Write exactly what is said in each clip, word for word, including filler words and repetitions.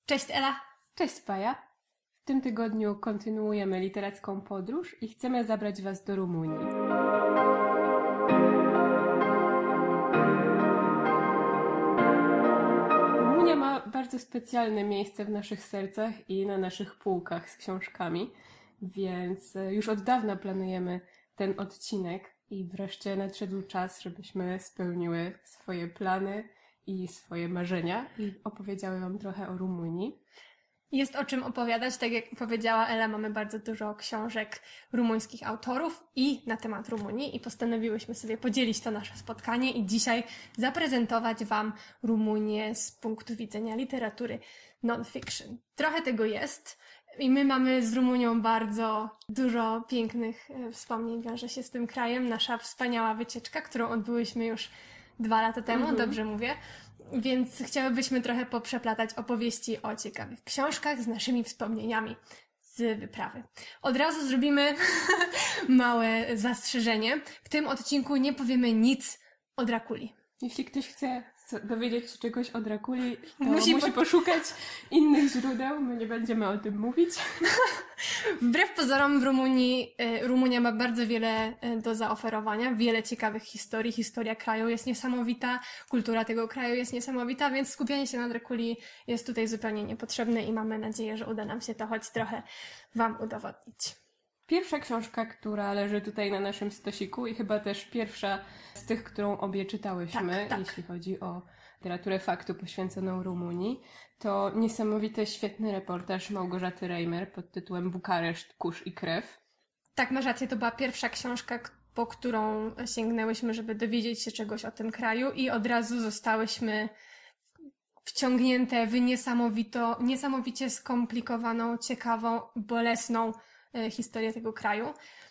Cześć Ela! Cześć Paja! W tym tygodniu kontynuujemy literacką podróż i chcemy zabrać Was do Rumunii. Rumunia ma bardzo specjalne miejsce w naszych sercach i na naszych półkach z książkami, więc już od dawna planujemy ten odcinek i wreszcie nadszedł czas, żebyśmy spełniły swoje plany i swoje marzenia i opowiedziały Wam trochę o Rumunii. Jest o czym opowiadać, tak jak powiedziała Ela, mamy bardzo dużo książek rumuńskich autorów i na temat Rumunii i postanowiłyśmy sobie podzielić to nasze spotkanie i dzisiaj zaprezentować Wam Rumunię z punktu widzenia literatury non-fiction. Trochę tego jest i my mamy z Rumunią bardzo dużo pięknych wspomnień, wiąże się z tym krajem. Nasza wspaniała wycieczka, którą odbyłyśmy już dwa lata temu, mhm. Dobrze mówię. Więc chciałybyśmy trochę poprzeplatać opowieści o ciekawych książkach z naszymi wspomnieniami z wyprawy. Od razu zrobimy małe zastrzeżenie. W tym odcinku nie powiemy nic o Drakuli. Jeśli ktoś chce dowiedzieć się czegoś o Drakuli, to musi, musi po... poszukać innych źródeł. My nie będziemy o tym mówić. Wbrew pozorom w Rumunii, Rumunia ma bardzo wiele do zaoferowania, wiele ciekawych historii. Historia kraju jest niesamowita, kultura tego kraju jest niesamowita, więc skupianie się na Drakuli jest tutaj zupełnie niepotrzebne i mamy nadzieję, że uda nam się to choć trochę Wam udowodnić. Pierwsza książka, która leży tutaj na naszym stosiku i chyba też pierwsza z tych, którą obie czytałyśmy, tak, tak. jeśli chodzi o literaturę faktu poświęconą Rumunii, to niesamowity, świetny reportaż Małgorzaty Reimer pod tytułem Bukareszt, kurz i krew. Tak, masz rację, to była pierwsza książka, po którą sięgnęłyśmy, żeby dowiedzieć się czegoś o tym kraju i od razu zostałyśmy wciągnięte w niesamowito, niesamowicie skomplikowaną, ciekawą, bolesną historię tego kraju.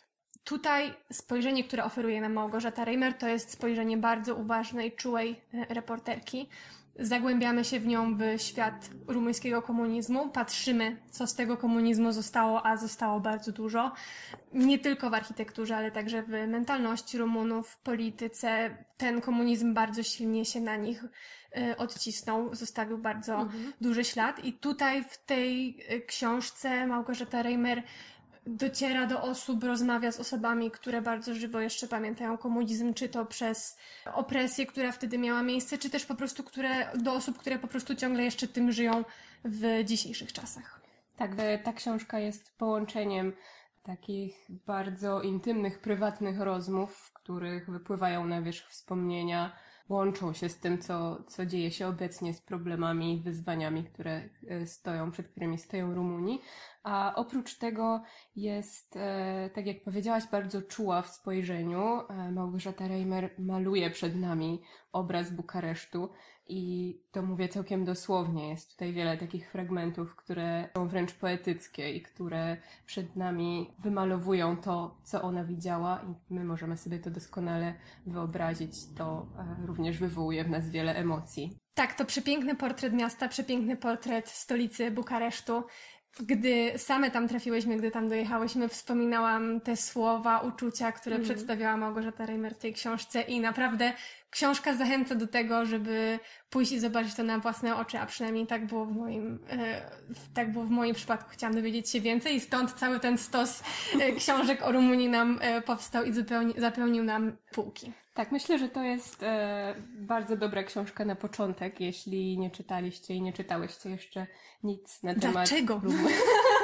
Tutaj spojrzenie, które oferuje nam Małgorzata Reimer, to jest spojrzenie bardzo uważnej, czułej reporterki. Zagłębiamy się w nią w świat rumuńskiego komunizmu, patrzymy, co z tego komunizmu zostało, a zostało bardzo dużo. Nie tylko w architekturze, ale także w mentalności Rumunów, w polityce. Ten komunizm bardzo silnie się na nich y, odcisnął, zostawił bardzo mhm. duży ślad. I tutaj w tej książce Małgorzata Reimer dociera do osób, rozmawia z osobami, które bardzo żywo jeszcze pamiętają komunizm, czy to przez opresję, która wtedy miała miejsce, czy też po prostu które, do osób, które po prostu ciągle jeszcze tym żyją w dzisiejszych czasach. Tak, ta książka jest połączeniem takich bardzo intymnych, prywatnych rozmów, w których wypływają na wierzch wspomnienia, łączą się z tym, co, co dzieje się obecnie, z problemami i wyzwaniami, które stoją, przed którymi stoją Rumunii. A oprócz tego jest, e, tak jak powiedziałaś, bardzo czuła w spojrzeniu. E, Małgorzata Reimer maluje przed nami obraz Bukaresztu i to mówię całkiem dosłownie. Jest tutaj wiele takich fragmentów, które są wręcz poetyckie i które przed nami wymalowują to, co ona widziała i my możemy sobie to doskonale wyobrazić. To e, również wywołuje w nas wiele emocji. Tak, to przepiękny portret miasta, przepiękny portret stolicy Bukaresztu. Gdy same tam trafiłyśmy, gdy tam dojechałyśmy, wspominałam te słowa, uczucia, które mm. przedstawiała Małgorzata Reimer w tej książce i naprawdę książka zachęca do tego, żeby pójść i zobaczyć to na własne oczy, a przynajmniej tak było w moim, e, tak było w moim przypadku. Chciałam dowiedzieć się więcej i stąd cały ten stos e, książek o Rumunii nam e, powstał i zupełnie zapełnił nam półki. Tak, myślę, że to jest e, bardzo dobra książka na początek, jeśli nie czytaliście i nie czytałyście jeszcze nic na temat Dlaczego? Rumunii.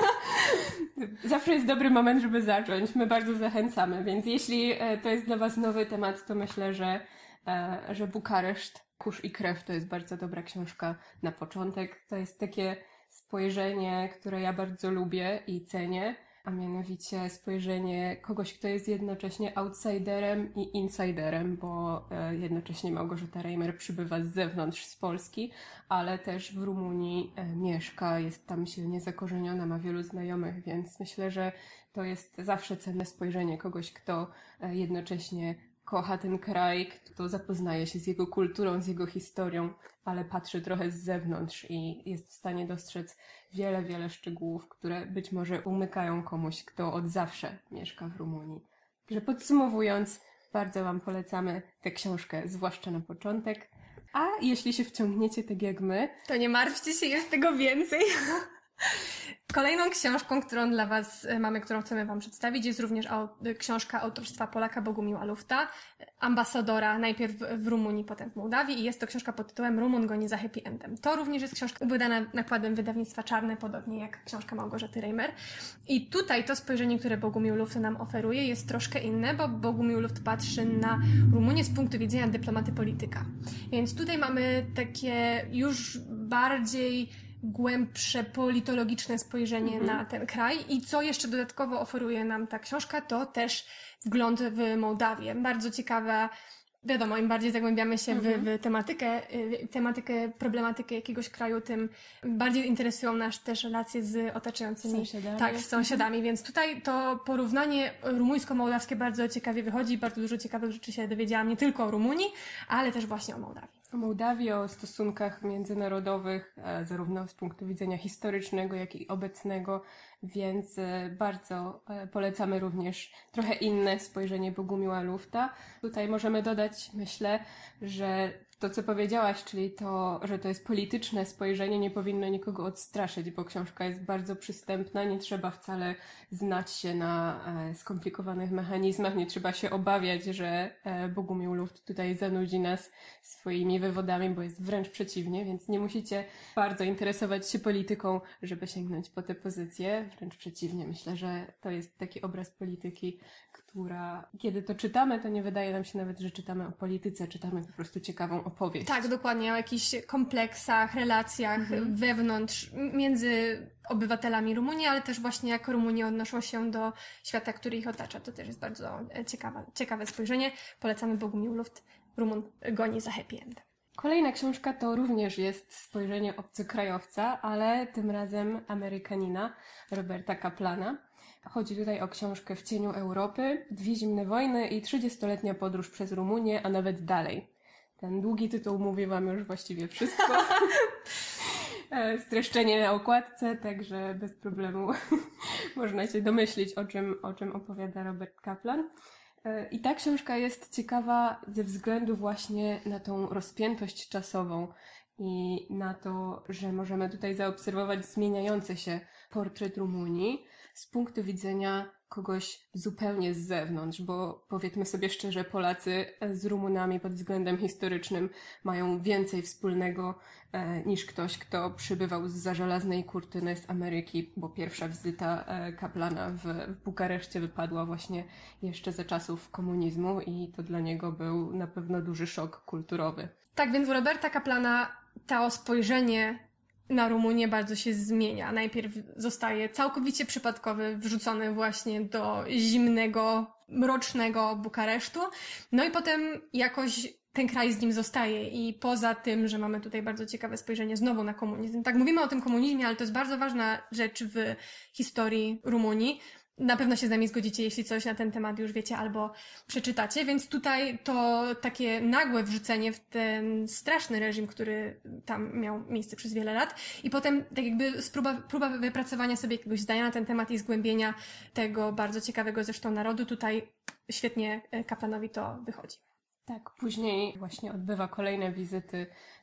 Zawsze jest dobry moment, żeby zacząć. My bardzo zachęcamy, więc jeśli e, to jest dla Was nowy temat, to myślę, że, e, że Bukareszt, kurz i krew to jest bardzo dobra książka na początek. To jest takie spojrzenie, które ja bardzo lubię i cenię, a mianowicie spojrzenie kogoś, kto jest jednocześnie outsiderem i insiderem, bo e, jednocześnie Małgorzata Reimer przybywa z zewnątrz, z Polski, ale też w Rumunii e, mieszka, jest tam silnie zakorzeniona, ma wielu znajomych, więc myślę, że to jest zawsze cenne spojrzenie kogoś, kto e, jednocześnie kocha ten kraj, kto zapoznaje się z jego kulturą, z jego historią, ale patrzy trochę z zewnątrz i jest w stanie dostrzec wiele, wiele szczegółów, które być może umykają komuś, kto od zawsze mieszka w Rumunii. Także podsumowując, bardzo Wam polecamy tę książkę, zwłaszcza na początek. A jeśli się wciągniecie tak jak my, to nie martwcie się, jest tego więcej. Kolejną książką, którą dla Was mamy, którą chcemy Wam przedstawić, jest również au- książka autorstwa Polaka Bogumiła Lufta, ambasadora najpierw w Rumunii, potem w Mołdawii, i jest to książka pod tytułem Rumun goni za happy endem. To również jest książka wydana nakładem wydawnictwa Czarne, podobnie jak książka Małgorzaty Reimer. I tutaj to spojrzenie, które Bogumił Luft nam oferuje, jest troszkę inne, bo Bogumił Luft patrzy na Rumunię z punktu widzenia dyplomaty polityka. Więc tutaj mamy takie już bardziej głębsze, politologiczne spojrzenie mhm. na ten kraj. I co jeszcze dodatkowo oferuje nam ta książka, to też wgląd w Mołdawię. Bardzo ciekawa, wiadomo, im bardziej zagłębiamy się mhm. w, w tematykę, w tematykę, problematykę jakiegoś kraju, tym bardziej interesują nas też relacje z otaczającymi, sąsiadami. Tak, z sąsiadami. Mhm. Więc tutaj to porównanie rumuńsko-mołdawskie bardzo ciekawie wychodzi. Bardzo dużo ciekawych rzeczy się dowiedziałam, nie tylko o Rumunii, ale też właśnie o Mołdawii. O Mołdawii, o stosunkach międzynarodowych, zarówno z punktu widzenia historycznego, jak i obecnego, więc bardzo polecamy również trochę inne spojrzenie Bogumiła Lufta. Tutaj możemy dodać, myślę, że to, co powiedziałaś, czyli to, że to jest polityczne spojrzenie, nie powinno nikogo odstraszyć, bo książka jest bardzo przystępna, nie trzeba wcale znać się na e, skomplikowanych mechanizmach, nie trzeba się obawiać, że e, Bogumił Luft tutaj zanudzi nas swoimi wywodami, bo jest wręcz przeciwnie, więc nie musicie bardzo interesować się polityką, żeby sięgnąć po tę pozycję, wręcz przeciwnie. Myślę, że to jest taki obraz polityki, która, kiedy to czytamy, to nie wydaje nam się nawet, że czytamy o polityce, czytamy po prostu ciekawą opowieść. Tak, dokładnie, o jakichś kompleksach, relacjach mhm. wewnątrz, między obywatelami Rumunii, ale też właśnie jak Rumuni odnoszą się do świata, który ich otacza. To też jest bardzo ciekawe, ciekawe spojrzenie. Polecamy Bogumił Luft, Rumun goni za happy end. Kolejna książka to również jest spojrzenie obcokrajowca, ale tym razem Amerykanina, Roberta Kaplana. Chodzi tutaj o książkę W cieniu Europy, dwie zimne wojny i trzydziestoletnia podróż przez Rumunię, a nawet dalej. Ten długi tytuł mówi Wam już właściwie wszystko. Streszczenie na okładce, także bez problemu można się domyślić, o czym, o czym opowiada Robert Kaplan. I ta książka jest ciekawa ze względu właśnie na tą rozpiętość czasową i na to, że możemy tutaj zaobserwować zmieniający się portret Rumunii z punktu widzenia kogoś zupełnie z zewnątrz, bo powiedzmy sobie szczerze, Polacy z Rumunami pod względem historycznym mają więcej wspólnego e, niż ktoś, kto przybywał zza żelaznej kurtyny z Ameryki, bo pierwsza wizyta e, Kaplana w, w Bukareszcie wypadła właśnie jeszcze za czasów komunizmu i to dla niego był na pewno duży szok kulturowy. Tak, więc u Roberta Kaplana to spojrzenie na Rumunię bardzo się zmienia. Najpierw zostaje całkowicie przypadkowy, wrzucony właśnie do zimnego, mrocznego Bukaresztu, no i potem jakoś ten kraj z nim zostaje i poza tym, że mamy tutaj bardzo ciekawe spojrzenie znowu na komunizm. Tak, mówimy o tym komunizmie, ale to jest bardzo ważna rzecz w historii Rumunii. Na pewno się z nami zgodzicie, jeśli coś na ten temat już wiecie albo przeczytacie, więc tutaj to takie nagłe wrzucenie w ten straszny reżim, który tam miał miejsce przez wiele lat i potem tak jakby próba, próba wypracowania sobie jakiegoś zdania na ten temat i zgłębienia tego bardzo ciekawego zresztą narodu, tutaj świetnie Kaplanowi to wychodzi. Tak, później właśnie odbywa kolejne wizyty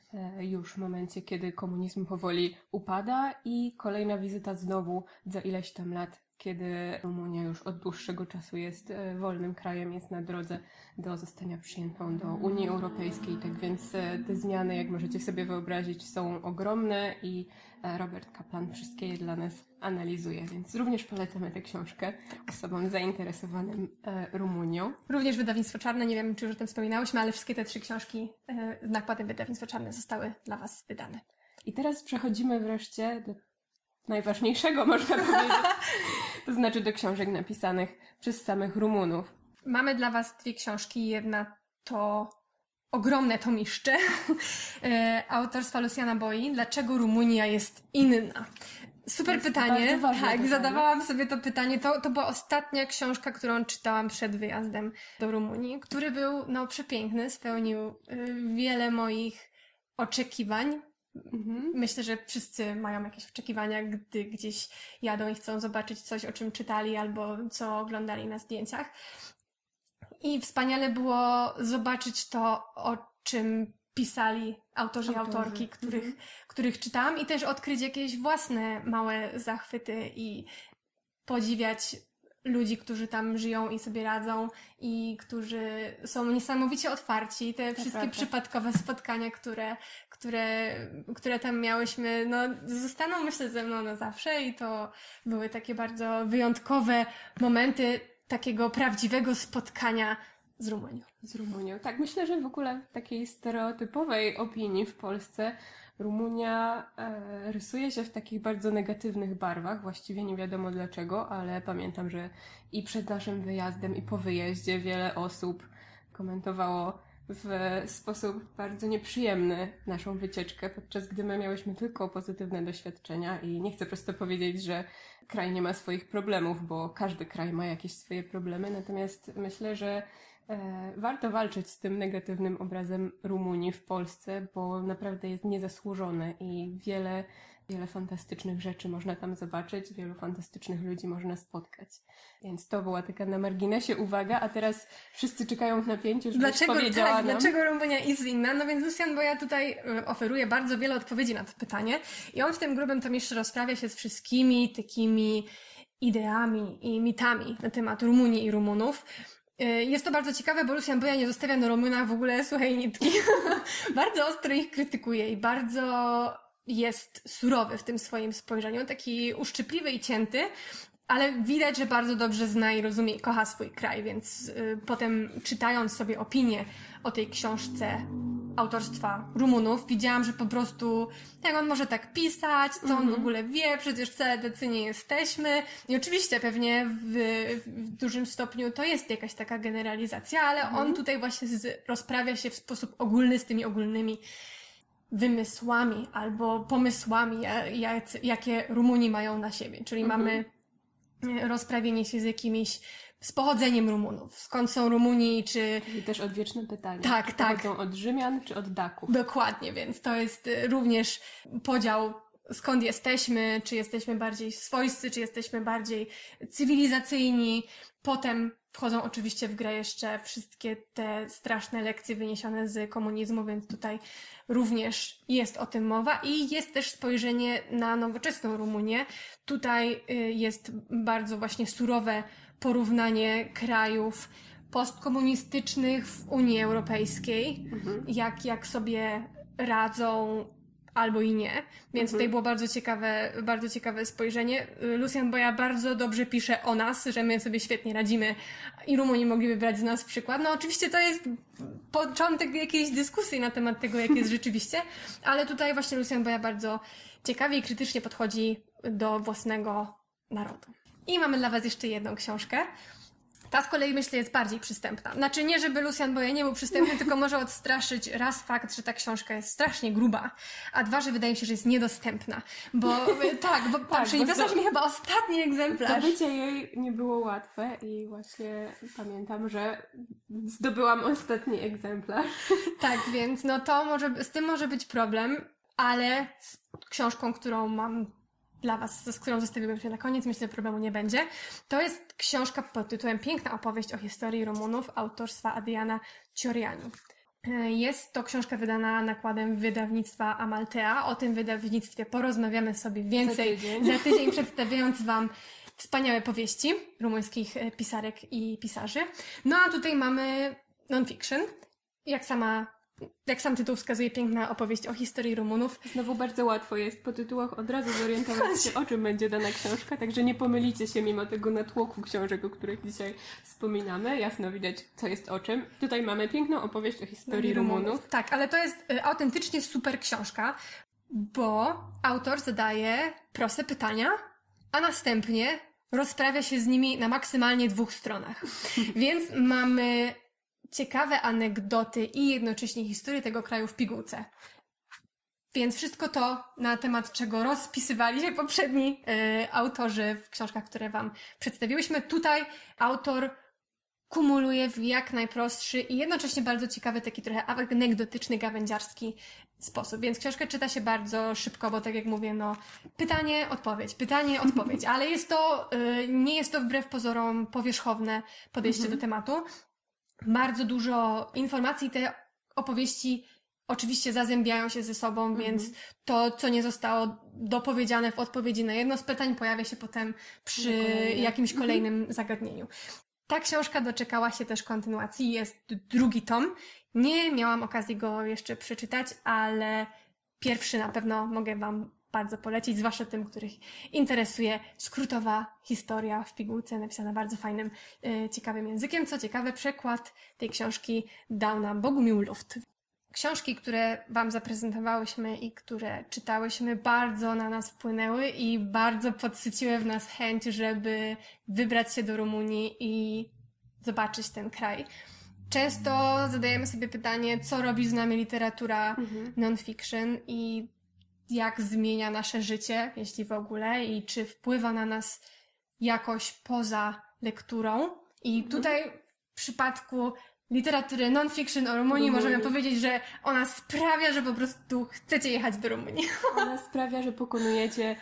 już w momencie, kiedy komunizm powoli upada i kolejna wizyta znowu za ileś tam lat, kiedy Rumunia już od dłuższego czasu jest wolnym krajem, jest na drodze do zostania przyjętą do Unii Europejskiej. Tak więc te zmiany, jak możecie sobie wyobrazić, są ogromne i Robert Kaplan wszystkie je dla nas analizuje, więc również polecamy tę książkę osobom zainteresowanym Rumunią. Również wydawnictwo Czarne, nie wiem, czy już o tym wspominałyśmy, ale wszystkie te trzy książki z nakładem wydawnictwa Czarne zostały dla Was wydane. I teraz przechodzimy wreszcie do najważniejszego, można powiedzieć, to znaczy do książek napisanych przez samych Rumunów. Mamy dla Was dwie książki. Jedna to ogromne tomiszcze autorstwa Luciana Boi. Dlaczego Rumunia jest inna? Super pytanie. Tak, zadawałam sobie to pytanie. To, to była ostatnia książka, którą czytałam przed wyjazdem do Rumunii, który był no przepiękny, spełnił wiele moich oczekiwań. Mhm. Myślę, że wszyscy mają jakieś oczekiwania, gdy gdzieś jadą i chcą zobaczyć coś, o czym czytali albo co oglądali na zdjęciach. I wspaniale było zobaczyć to, o czym pisali autorzy i Autorzy. autorki, których, Mhm. których czytałam i też odkryć jakieś własne małe zachwyty i podziwiać ludzi, którzy tam żyją i sobie radzą i którzy są niesamowicie otwarci. Te wszystkie prawda. przypadkowe spotkania, które, które, które tam miałyśmy, no zostaną myślę ze mną na zawsze i to były takie bardzo wyjątkowe momenty takiego prawdziwego spotkania z Rumunią. Z Rumunią. Tak, myślę, że w ogóle w takiej stereotypowej opinii w Polsce Rumunia e, rysuje się w takich bardzo negatywnych barwach. Właściwie nie wiadomo dlaczego, ale pamiętam, że i przed naszym wyjazdem, i po wyjeździe wiele osób komentowało w sposób bardzo nieprzyjemny naszą wycieczkę, podczas gdy my miałyśmy tylko pozytywne doświadczenia i nie chcę prosto powiedzieć, że kraj nie ma swoich problemów, bo każdy kraj ma jakieś swoje problemy, natomiast myślę, że e, warto walczyć z tym negatywnym obrazem Rumunii w Polsce, bo naprawdę jest niezasłużone i wiele, wiele fantastycznych rzeczy można tam zobaczyć, wielu fantastycznych ludzi można spotkać. Więc to była taka na marginesie uwaga, a teraz wszyscy czekają w napięciu, żebyś Dlaczego, powiedziała tak, nam. dlaczego Rumunia jest inna? No więc Lucian Boya tutaj y, oferuje bardzo wiele odpowiedzi na to pytanie i on w tym grubym tom jeszcze rozprawia się z wszystkimi takimi ideami i mitami na temat Rumunii i Rumunów. Y, Jest to bardzo ciekawe, bo Lucian Boya nie zostawia na Rumunach w ogóle suchej nitki. Bardzo ostro ich krytykuje i bardzo jest surowy w tym swoim spojrzeniu, taki uszczypliwy i cięty, ale widać, że bardzo dobrze zna i rozumie i kocha swój kraj, więc y, potem czytając sobie opinie o tej książce autorstwa Rumunów, widziałam, że po prostu jak on może tak pisać, co on Mhm. w ogóle wie, przecież wcale tacy nie jesteśmy. I oczywiście pewnie w, w dużym stopniu to jest jakaś taka generalizacja, ale Mhm. on tutaj właśnie z, rozprawia się w sposób ogólny z tymi ogólnymi wymysłami albo pomysłami, ja- jak, jakie Rumuni mają na siebie. Czyli Mhm. mamy e, rozprawienie się z jakimiś, z pochodzeniem Rumunów. Skąd są Rumuni, czy... I też odwieczne pytanie. Tak, czy tak. pochodzą od Rzymian, czy od Daków? Dokładnie, więc to jest e, również podział, skąd jesteśmy, czy jesteśmy bardziej swojscy, czy jesteśmy bardziej cywilizacyjni. Potem wchodzą oczywiście w grę jeszcze wszystkie te straszne lekcje wyniesione z komunizmu, więc tutaj również jest o tym mowa i jest też spojrzenie na nowoczesną Rumunię. Tutaj y, jest bardzo właśnie surowe porównanie krajów postkomunistycznych w Unii Europejskiej, Mhm. jak, jak sobie radzą albo i nie. Więc Mhm. tutaj było bardzo ciekawe, bardzo ciekawe spojrzenie. Lucian Boya bardzo dobrze pisze o nas, że my sobie świetnie radzimy i Rumuni mogliby brać z nas przykład. No oczywiście to jest początek jakiejś dyskusji na temat tego, jak jest rzeczywiście, ale tutaj właśnie Lucian Boya bardzo ciekawie i krytycznie podchodzi do własnego narodu. I mamy dla Was jeszcze jedną książkę. Ta z kolei, myślę, jest bardziej przystępna. Znaczy nie, żeby Lucian Boya nie był przystępny, tylko może odstraszyć raz fakt, że ta książka jest strasznie gruba, a dwa, że wydaje mi się, że jest niedostępna. Bo tak, bo Tak, przyniosłaś bo mi chyba ostatni egzemplarz. Zdobycie jej nie było łatwe i właśnie pamiętam, że zdobyłam ostatni egzemplarz. Tak, więc no to może, z tym może być problem, ale z książką, którą mam dla Was, z którą zostawiłam się na koniec, myślę, że problemu nie będzie. To jest książka pod tytułem Piękna opowieść o historii Rumunów autorstwa Adriana Ciorianu. Jest to książka wydana nakładem wydawnictwa Amaltea. O tym wydawnictwie porozmawiamy sobie więcej Za tydzień. za tydzień, przedstawiając Wam wspaniałe powieści rumuńskich pisarek i pisarzy. No a tutaj mamy non-fiction. Jak sama Jak sam tytuł wskazuje, piękna opowieść o historii Rumunów. Znowu bardzo łatwo jest po tytułach od razu zorientować się, o czym będzie dana książka, także nie pomylicie się mimo tego natłoku książek, o których dzisiaj wspominamy. Jasno widać, co jest o czym. Tutaj mamy piękną opowieść o historii Rumunów. Tak, ale to jest y, autentycznie super książka, bo autor zadaje proste pytania, a następnie rozprawia się z nimi na maksymalnie dwóch stronach. Więc mamy ciekawe anegdoty i jednocześnie historię tego kraju w pigułce. Więc wszystko to, na temat czego rozpisywali się poprzedni y, autorzy w książkach, które Wam przedstawiłyśmy. Tutaj autor kumuluje w jak najprostszy i jednocześnie bardzo ciekawy, taki trochę anegdotyczny, gawędziarski sposób. Więc książkę czyta się bardzo szybko, bo tak jak mówię, no pytanie, odpowiedź, pytanie, odpowiedź. Ale jest to, y, nie jest to wbrew pozorom powierzchowne podejście Mhm. do tematu. Bardzo dużo informacji, te opowieści oczywiście zazębiają się ze sobą, Mhm. więc to, co nie zostało dopowiedziane w odpowiedzi na jedno z pytań, pojawia się potem przy Kolejne. jakimś Mhm. kolejnym zagadnieniu. Ta książka doczekała się też kontynuacji, jest drugi tom. Nie miałam okazji go jeszcze przeczytać, ale pierwszy na pewno mogę Wam bardzo polecić, zwłaszcza tym, których interesuje skrótowa historia w pigułce, napisana bardzo fajnym, yy, ciekawym językiem. Co ciekawe, przekład tej książki dał nam Bogumił Luft. Książki, które Wam zaprezentowałyśmy i które czytałyśmy, bardzo na nas wpłynęły i bardzo podsyciły w nas chęć, żeby wybrać się do Rumunii i zobaczyć ten kraj. Często zadajemy sobie pytanie, co robi z nami literatura Mhm. non-fiction i jak zmienia nasze życie, jeśli w ogóle, i czy wpływa na nas jakoś poza lekturą. I Mhm. tutaj w przypadku literatury non-fiction o Rumunii Rumunii. możemy powiedzieć, że ona sprawia, że po prostu chcecie jechać do Rumunii. Ona sprawia, że pokonujecie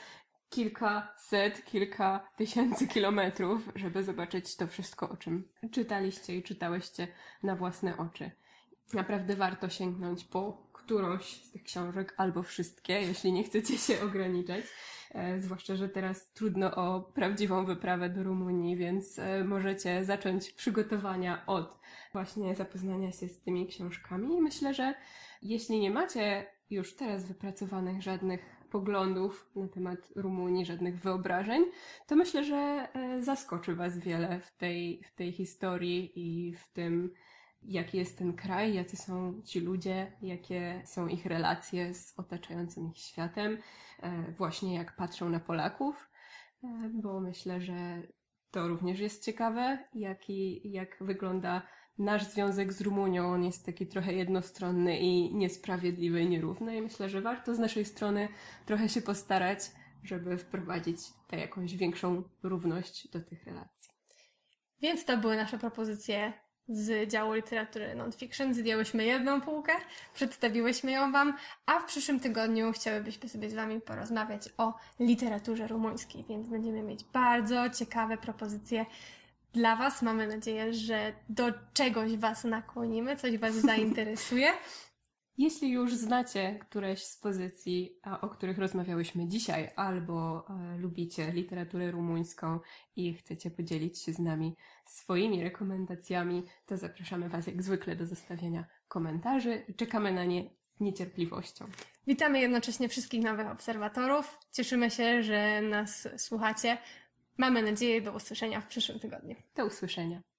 kilkaset, kilka tysięcy kilometrów, żeby zobaczyć to wszystko, o czym czytaliście i czytałyście na własne oczy. Naprawdę warto sięgnąć po którąś z tych książek, albo wszystkie, jeśli nie chcecie się ograniczać. E, zwłaszcza, że teraz trudno o prawdziwą wyprawę do Rumunii, więc e, możecie zacząć przygotowania od właśnie zapoznania się z tymi książkami. I myślę, że jeśli nie macie już teraz wypracowanych żadnych poglądów na temat Rumunii, żadnych wyobrażeń, to myślę, że e, zaskoczy Was wiele w tej, w tej historii i w tym, jaki jest ten kraj, jacy są ci ludzie, jakie są ich relacje z otaczającym ich światem, e, właśnie jak patrzą na Polaków, e, bo myślę, że to również jest ciekawe, jaki, jak wygląda nasz związek z Rumunią. On jest taki trochę jednostronny i niesprawiedliwy i nierówny i myślę, że warto z naszej strony trochę się postarać, żeby wprowadzić tę jakąś większą równość do tych relacji. Więc to były nasze propozycje z działu literatury non-fiction. Zdjęłyśmy jedną półkę, przedstawiłyśmy ją Wam, a w przyszłym tygodniu chciałybyśmy sobie z Wami porozmawiać o literaturze rumuńskiej, więc będziemy mieć bardzo ciekawe propozycje dla Was. Mamy nadzieję, że do czegoś Was nakłonimy, coś Was zainteresuje. Jeśli już znacie któreś z pozycji, a, o których rozmawiałyśmy dzisiaj, albo e, lubicie literaturę rumuńską i chcecie podzielić się z nami swoimi rekomendacjami, to zapraszamy Was jak zwykle do zostawienia komentarzy i czekamy na nie z niecierpliwością. Witamy jednocześnie wszystkich nowych obserwatorów. Cieszymy się, że nas słuchacie. Mamy nadzieję do usłyszenia w przyszłym tygodniu. Do usłyszenia.